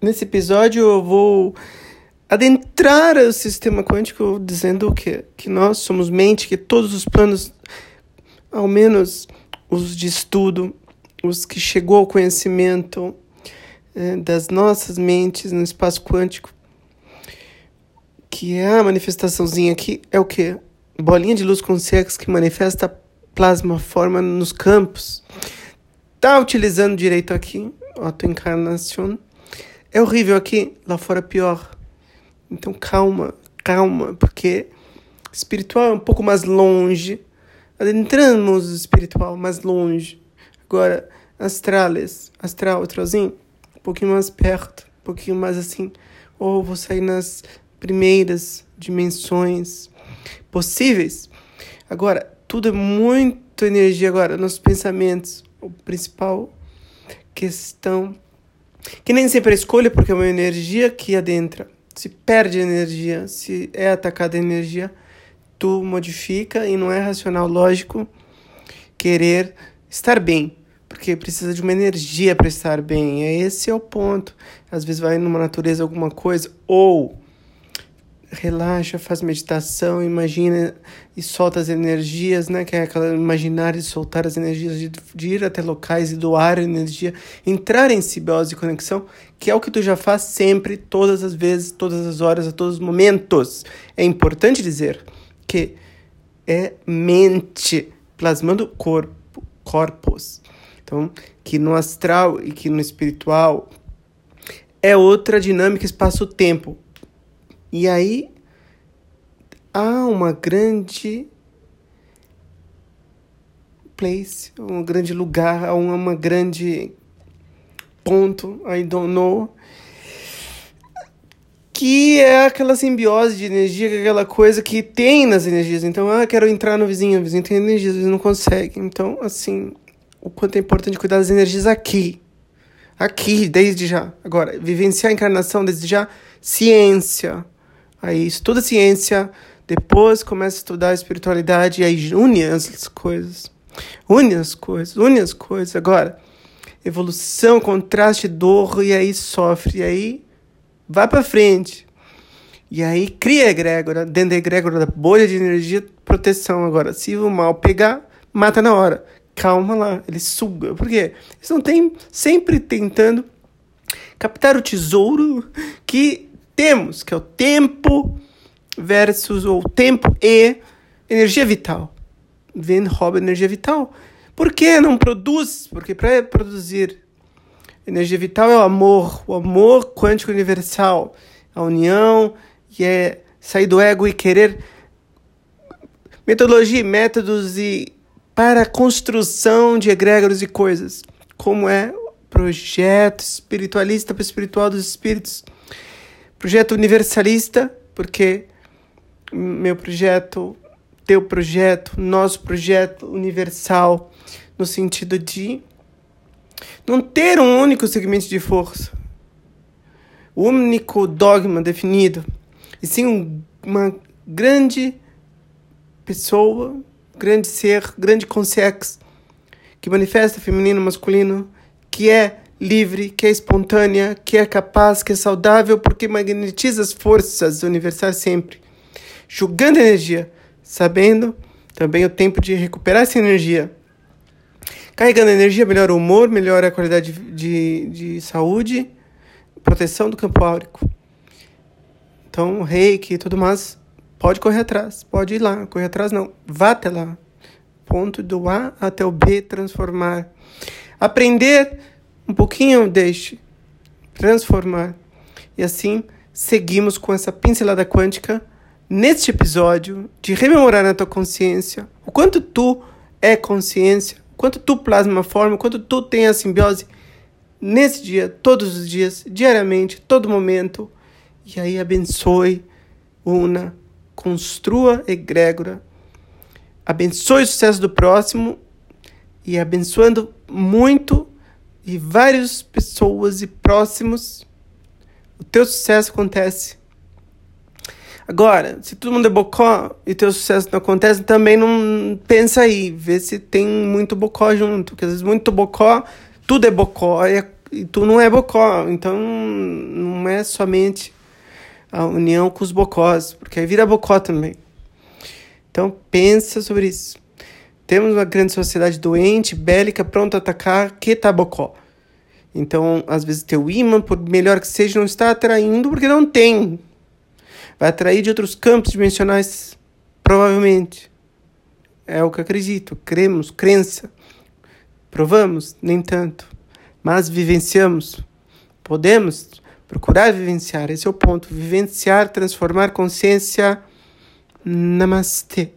Nesse episódio eu vou adentrar o sistema quântico dizendo o quê? Que nós somos mente, que todos os planos, ao menos os de estudo, os que chegou ao conhecimento das nossas mentes no espaço quântico, que é a manifestaçãozinha aqui, é o quê? Bolinha de luz com sexo que manifesta plasma forma nos campos. Tá utilizando direito aqui, autoencarnação. É horrível aqui, lá fora é pior. Então calma, porque espiritual é um pouco mais longe. Adentramos o espiritual mais longe. Agora, astral, outrozinho, um pouquinho mais perto, um pouquinho mais assim. Ou vou sair nas primeiras dimensões possíveis. Agora, tudo é muito energia agora, nossos pensamentos, a principal questão, que nem sempre é escolha, porque é uma energia que adentra. Se perde energia, se é atacada a energia, tu modifica e não é racional, lógico, querer estar bem, porque precisa de uma energia para estar bem. Esse é o ponto. Às vezes vai numa natureza alguma coisa, ou relaxa, faz meditação, imagina e solta as energias, né? Que é aquela imaginar e soltar as energias de ir até locais e doar energia, entrar em simbiose e conexão, que é o que tu já faz sempre, todas as vezes, todas as horas, a todos os momentos. É importante dizer que é mente plasmando corpos. Então, que no astral e que no espiritual é outra dinâmica espaço-tempo. E aí há uma grande place, um grande lugar, uma grande ponto, I don't know, que é aquela simbiose de energia, aquela coisa que tem nas energias. Então, quero entrar no vizinho, o vizinho tem energia, às vezes não consegue. Então, assim, o quanto é importante cuidar das energias aqui, desde já. Agora, vivenciar a encarnação desde já, ciência. Aí estuda ciência, depois começa a estudar a espiritualidade, e aí une as coisas. Agora, evolução, contraste, dor, e aí sofre, e aí vai pra frente. E aí cria a egrégora, dentro da egrégora da bolha de energia, proteção. Agora, se o mal pegar, mata na hora. Calma lá, ele suga. Por quê? Eles estão sempre tentando captar o tesouro que temos, que é o tempo versus o tempo e energia vital. Rouba energia vital. Por que não produz? Porque para produzir energia vital é o amor quântico universal, a união, e é sair do ego e querer metodologia, métodos e para a construção de egrégoros e coisas, como é o projeto espiritualista para o espiritual dos espíritos. Projeto universalista, porque meu projeto, teu projeto, nosso projeto universal, no sentido de não ter um único segmento de força, um único dogma definido, e sim uma grande pessoa, grande ser, grande consciência, que manifesta feminino, masculino, que é livre, que é espontânea, que é capaz, que é saudável, porque magnetiza as forças universais sempre, jogando energia, sabendo também o tempo de recuperar essa energia. Carregando energia, melhora o humor, melhora a qualidade de saúde, proteção do campo áurico. Então, reiki e tudo mais, pode correr atrás, pode ir lá, correr atrás não, vá até lá. Ponto do A até o B, transformar. Aprender um pouquinho, deixe transformar. E assim, seguimos com essa pincelada quântica neste episódio de rememorar na tua consciência o quanto tu é consciência, o quanto tu plasma forma, o quanto tu tem a simbiose nesse dia, todos os dias, diariamente, todo momento. E aí abençoe, una, construa egrégora, abençoe o sucesso do próximo e abençoando muito e várias pessoas e próximos, o teu sucesso acontece. Agora, se todo mundo é bocó e teu sucesso não acontece, também não pensa aí, vê se tem muito bocó junto, porque às vezes muito bocó, tudo é bocó, e tu não é bocó, então não é somente a união com os bocós, porque aí vira bocó também. Então pensa sobre isso. Temos uma grande sociedade doente, bélica, pronta a atacar, que tá bocó. Então, às vezes, teu ímã, por melhor que seja, não está atraindo porque não tem. Vai atrair de outros campos dimensionais, provavelmente. É o que acredito, cremos, crença. Provamos? Nem tanto. Mas vivenciamos. Podemos procurar vivenciar, esse é o ponto. Vivenciar, transformar consciência. Namastê.